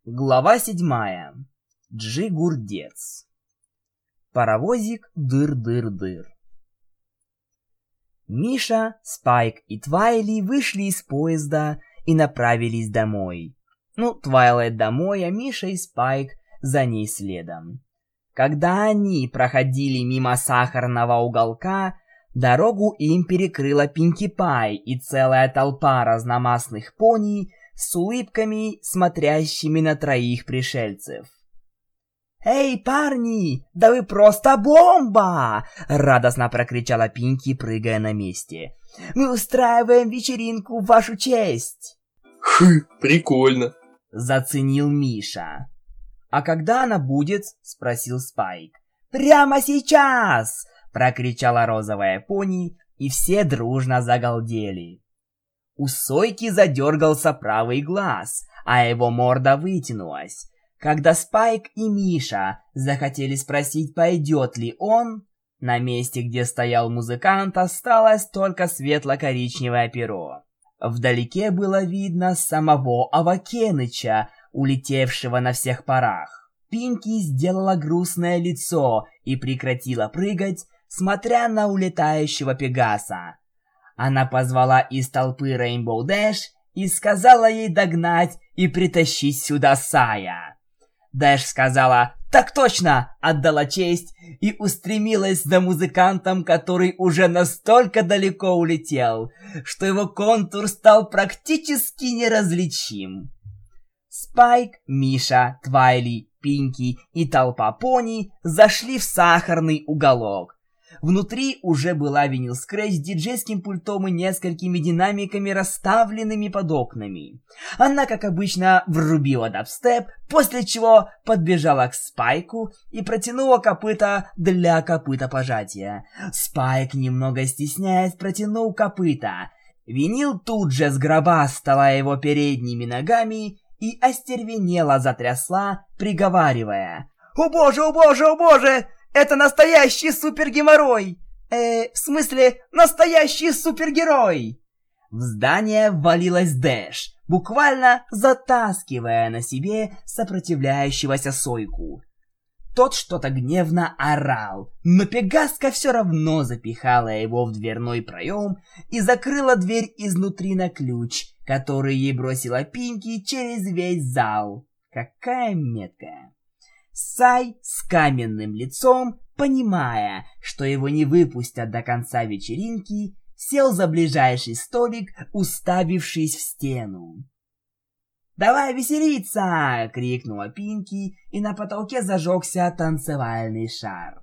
Глава 7. Джигурдец. Паровозик дыр-дыр-дыр. Миша, Спайк и Твайли вышли из поезда и направились домой. Твайлайт домой, а Миша и Спайк за ней следом. Когда они проходили мимо сахарного уголка, дорогу им перекрыла Пинки Пай и целая толпа разномастных пони с улыбками, смотрящими на троих пришельцев. «Эй, парни, да вы просто бомба!» — радостно прокричала Пинки, прыгая на месте. «Мы устраиваем вечеринку в вашу честь!» Прикольно!» — заценил Миша. «А когда она будет?» — спросил Спайк. «Прямо сейчас!» — прокричала розовая пони, и все дружно загалдели. У Сойки задергался правый глаз, а его морда вытянулась. Когда Спайк и Миша захотели спросить, пойдет ли он, на месте, где стоял музыкант, осталось только светло-коричневое перо. Вдалеке было видно самого Авакеныча, улетевшего на всех парах. Пинки сделала грустное лицо и прекратила прыгать, смотря на улетающего Пегаса. Она позвала из толпы Rainbow Dash и сказала ей догнать и притащить сюда Сая. Дэш сказала «Так точно!», отдала честь и устремилась за музыкантом, который уже настолько далеко улетел, что его контур стал практически неразличим. Спайк, Миша, Твайли, Пинки и толпа пони зашли в сахарный уголок. Внутри уже была Винил Скретч с диджейским пультом и несколькими динамиками, расставленными под окнами. Она, как обычно, врубила дабстеп, после чего подбежала к Спайку и протянула копыта для копытопожатия. Спайк, немного стесняясь, протянул копыта. Винил тут же сгробастала его передними ногами и остервенело затрясла, приговаривая: «О боже, о боже, о боже! Это настоящий супергеморрой! В смысле, настоящий супергерой!» В здание ввалилась Дэш, буквально затаскивая на себе сопротивляющегося Сойку. Тот что-то гневно орал, но Пегаска все равно запихала его в дверной проем и закрыла дверь изнутри на ключ, который ей бросила Пинки через весь зал. Какая меткая! Сай с каменным лицом, понимая, что его не выпустят до конца вечеринки, сел за ближайший столик, уставившись в стену. «Давай веселиться!» — крикнула Пинки, и на потолке зажегся танцевальный шар.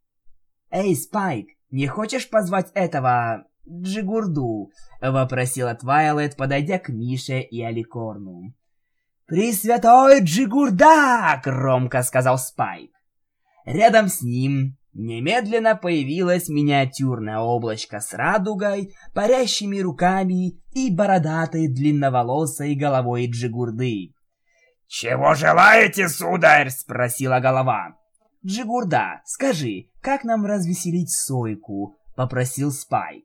«Эй, Спайк, не хочешь позвать этого Джигурду?» — вопросила Твайлайт, подойдя к Мише и Аликорну. «Пресвятой Джигурда!» — громко сказал Спайк. Рядом с ним немедленно появилось миниатюрное облачко с радугой, парящими руками и бородатой длинноволосой головой Джигурды. «Чего желаете, сударь?» — спросила голова. «Джигурда, скажи, как нам развеселить Сойку?» — попросил Спайк.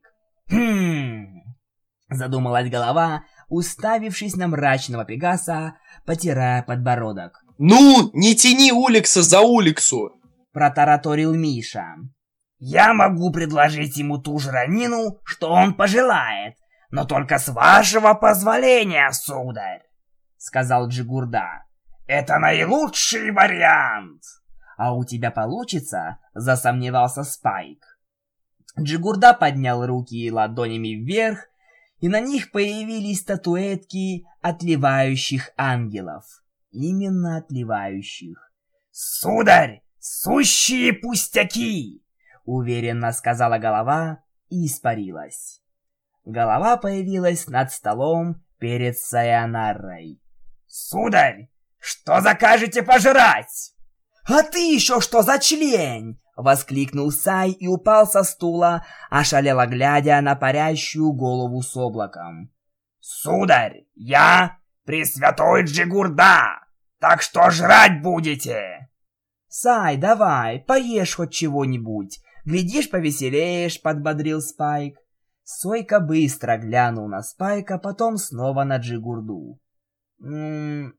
Задумалась голова, уставившись на мрачного Пегаса, потирая подбородок. «Ну, не тяни Уликса за Уликсу!» — протараторил Миша. «Я могу предложить ему ту жранину, что он пожелает, но только с вашего позволения, сударь!» — сказал Джигурда. «Это наилучший вариант!» «А у тебя получится?» — засомневался Спайк. Джигурда поднял руки ладонями вверх, и на них появились статуэтки отливающих ангелов. Именно отливающих. «Сударь, сущие пустяки!» — уверенно сказала голова и испарилась. Голова появилась над столом перед Сайонарой. «Сударь, что закажете пожрать?» «А ты еще что за члень?» — воскликнул Сай и упал со стула, ошалело глядя на парящую голову с облаком. «Сударь, я Пресвятой Джигурда, так что жрать будете?» «Сай, давай, поешь хоть чего-нибудь, глядишь, повеселеешь», — подбодрил Спайк. Сойка быстро глянул на Спайка, потом снова на Джигурду.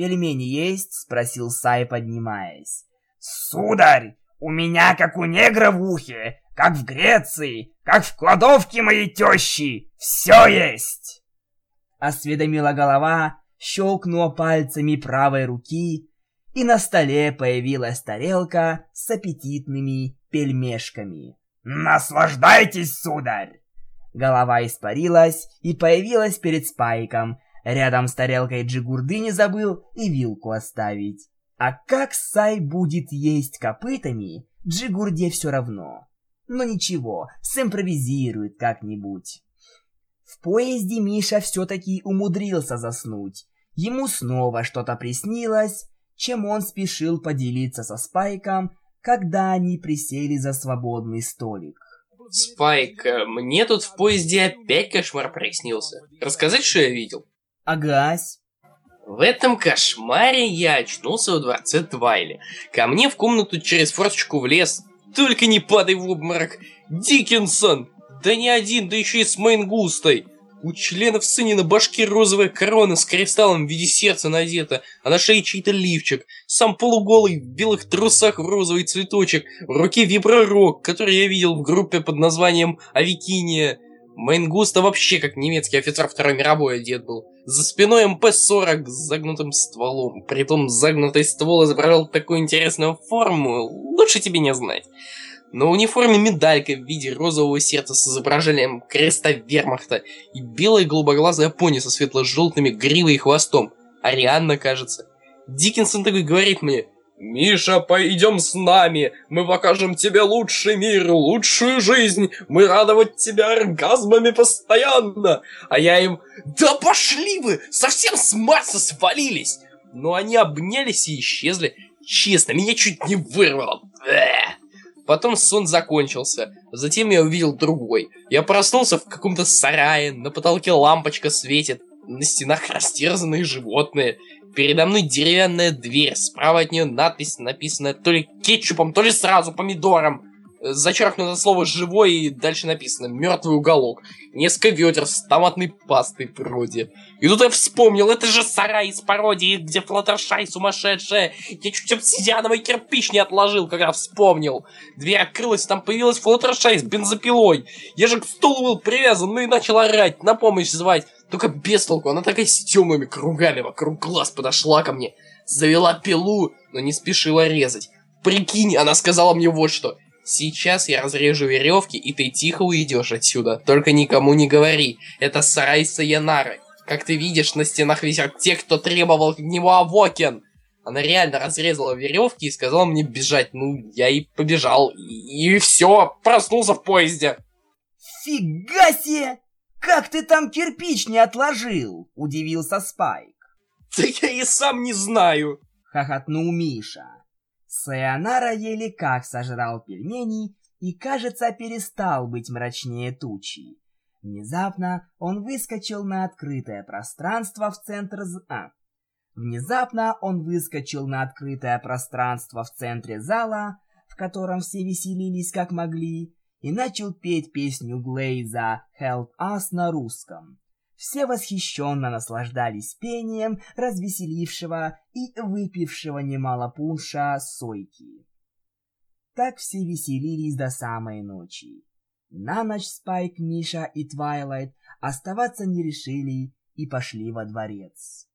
«Пельмени есть?» — спросил Сай, поднимаясь. «Сударь, у меня как у негра в ухе, как в Греции, как в кладовке моей тещи, все есть!» Осведомила голова, щелкнула пальцами правой руки, и на столе появилась тарелка с аппетитными пельмешками. «Наслаждайтесь, сударь!» Голова испарилась и появилась перед Спайком. Рядом с тарелкой Джигурды не забыл и вилку оставить. А как Сай будет есть копытами, Джигурде все равно. Но ничего, симпровизирует как-нибудь. В поезде Миша все-таки умудрился заснуть. Ему снова что-то приснилось, чем он спешил поделиться со Спайком, когда они присели за свободный столик. Спайк, мне тут в поезде опять кошмар приснился. Рассказать, что я видел? Агась. В этом кошмаре я очнулся во дворце Твайли. Ко мне в комнату через форточку влез. Только не падай в обморок. Диккенсон! Да не один, да еще и с Мейнгустой. У членов сыне на башке розовая корона с кристаллом в виде сердца надета, а на шее чей-то лифчик. Сам полуголый, в белых трусах в розовый цветочек, в руке вибророг, который я видел в группе под названием «Авикиния». Мейнгуста вообще как немецкий офицер Второй мировой одет был. За спиной МП-40 с загнутым стволом. Притом загнутый ствол изображал такую интересную форму, лучше тебе не знать. На униформе медалька в виде розового сердца с изображением креста вермахта и белая голубоглазая пони со светло-желтыми гривой и хвостом. Арианна, кажется. Диккенсон такой говорит мне: «Миша, пойдем с нами, мы покажем тебе лучший мир, лучшую жизнь, мы радовать тебя оргазмами постоянно». А я им: «Да пошли вы, совсем с Марса свалились». Но они обнялись и исчезли. Честно, меня чуть не вырвало. Потом сон закончился, затем я увидел другой. Я проснулся в каком-то сарае, на потолке лампочка светит, на стенах растерзанные животные. Передо мной деревянная дверь, справа от нее надпись, написанная то ли кетчупом, то ли сразу помидором. Зачеркнуто слово «живой» и дальше написано «мертвый уголок». Несколько ведер с томатной пастой вроде. И тут я вспомнил, это же сарай из пародии, где Флаттершай сумасшедшая. Я чуть обсидиановый кирпич не отложил, когда вспомнил. Дверь открылась, там появилась Флаттершай с бензопилой. Я же к стулу был привязан, ну и начал орать, на помощь звать. Только без толку, она такая с темными кругами вокруг глаз подошла ко мне. Завела пилу, но не спешила резать. Прикинь, она сказала мне вот что: «Сейчас я разрежу веревки, и ты тихо уйдешь отсюда. Только никому не говори. Это сарай Саянары. Как ты видишь, на стенах висят те, кто требовал от него Авокен». Она реально разрезала веревки и сказала мне бежать. Ну, я и побежал. И все, проснулся в поезде. «Фига себе! Как ты там кирпич не отложил?» — удивился Спайк. Да я и сам не знаю. Хохотнул Миша. Сайонара еле как сожрал пельмени и, кажется, перестал быть мрачнее тучи. Внезапно он выскочил на открытое пространство в центре зала, в котором все веселились как могли, и начал петь песню Глейза «Help Us» на русском. Все восхищенно наслаждались пением развеселившего и выпившего немало пунша Сойки. Так все веселились до самой ночи. На ночь Спайк, Миша и Твайлайт оставаться не решили и пошли во дворец.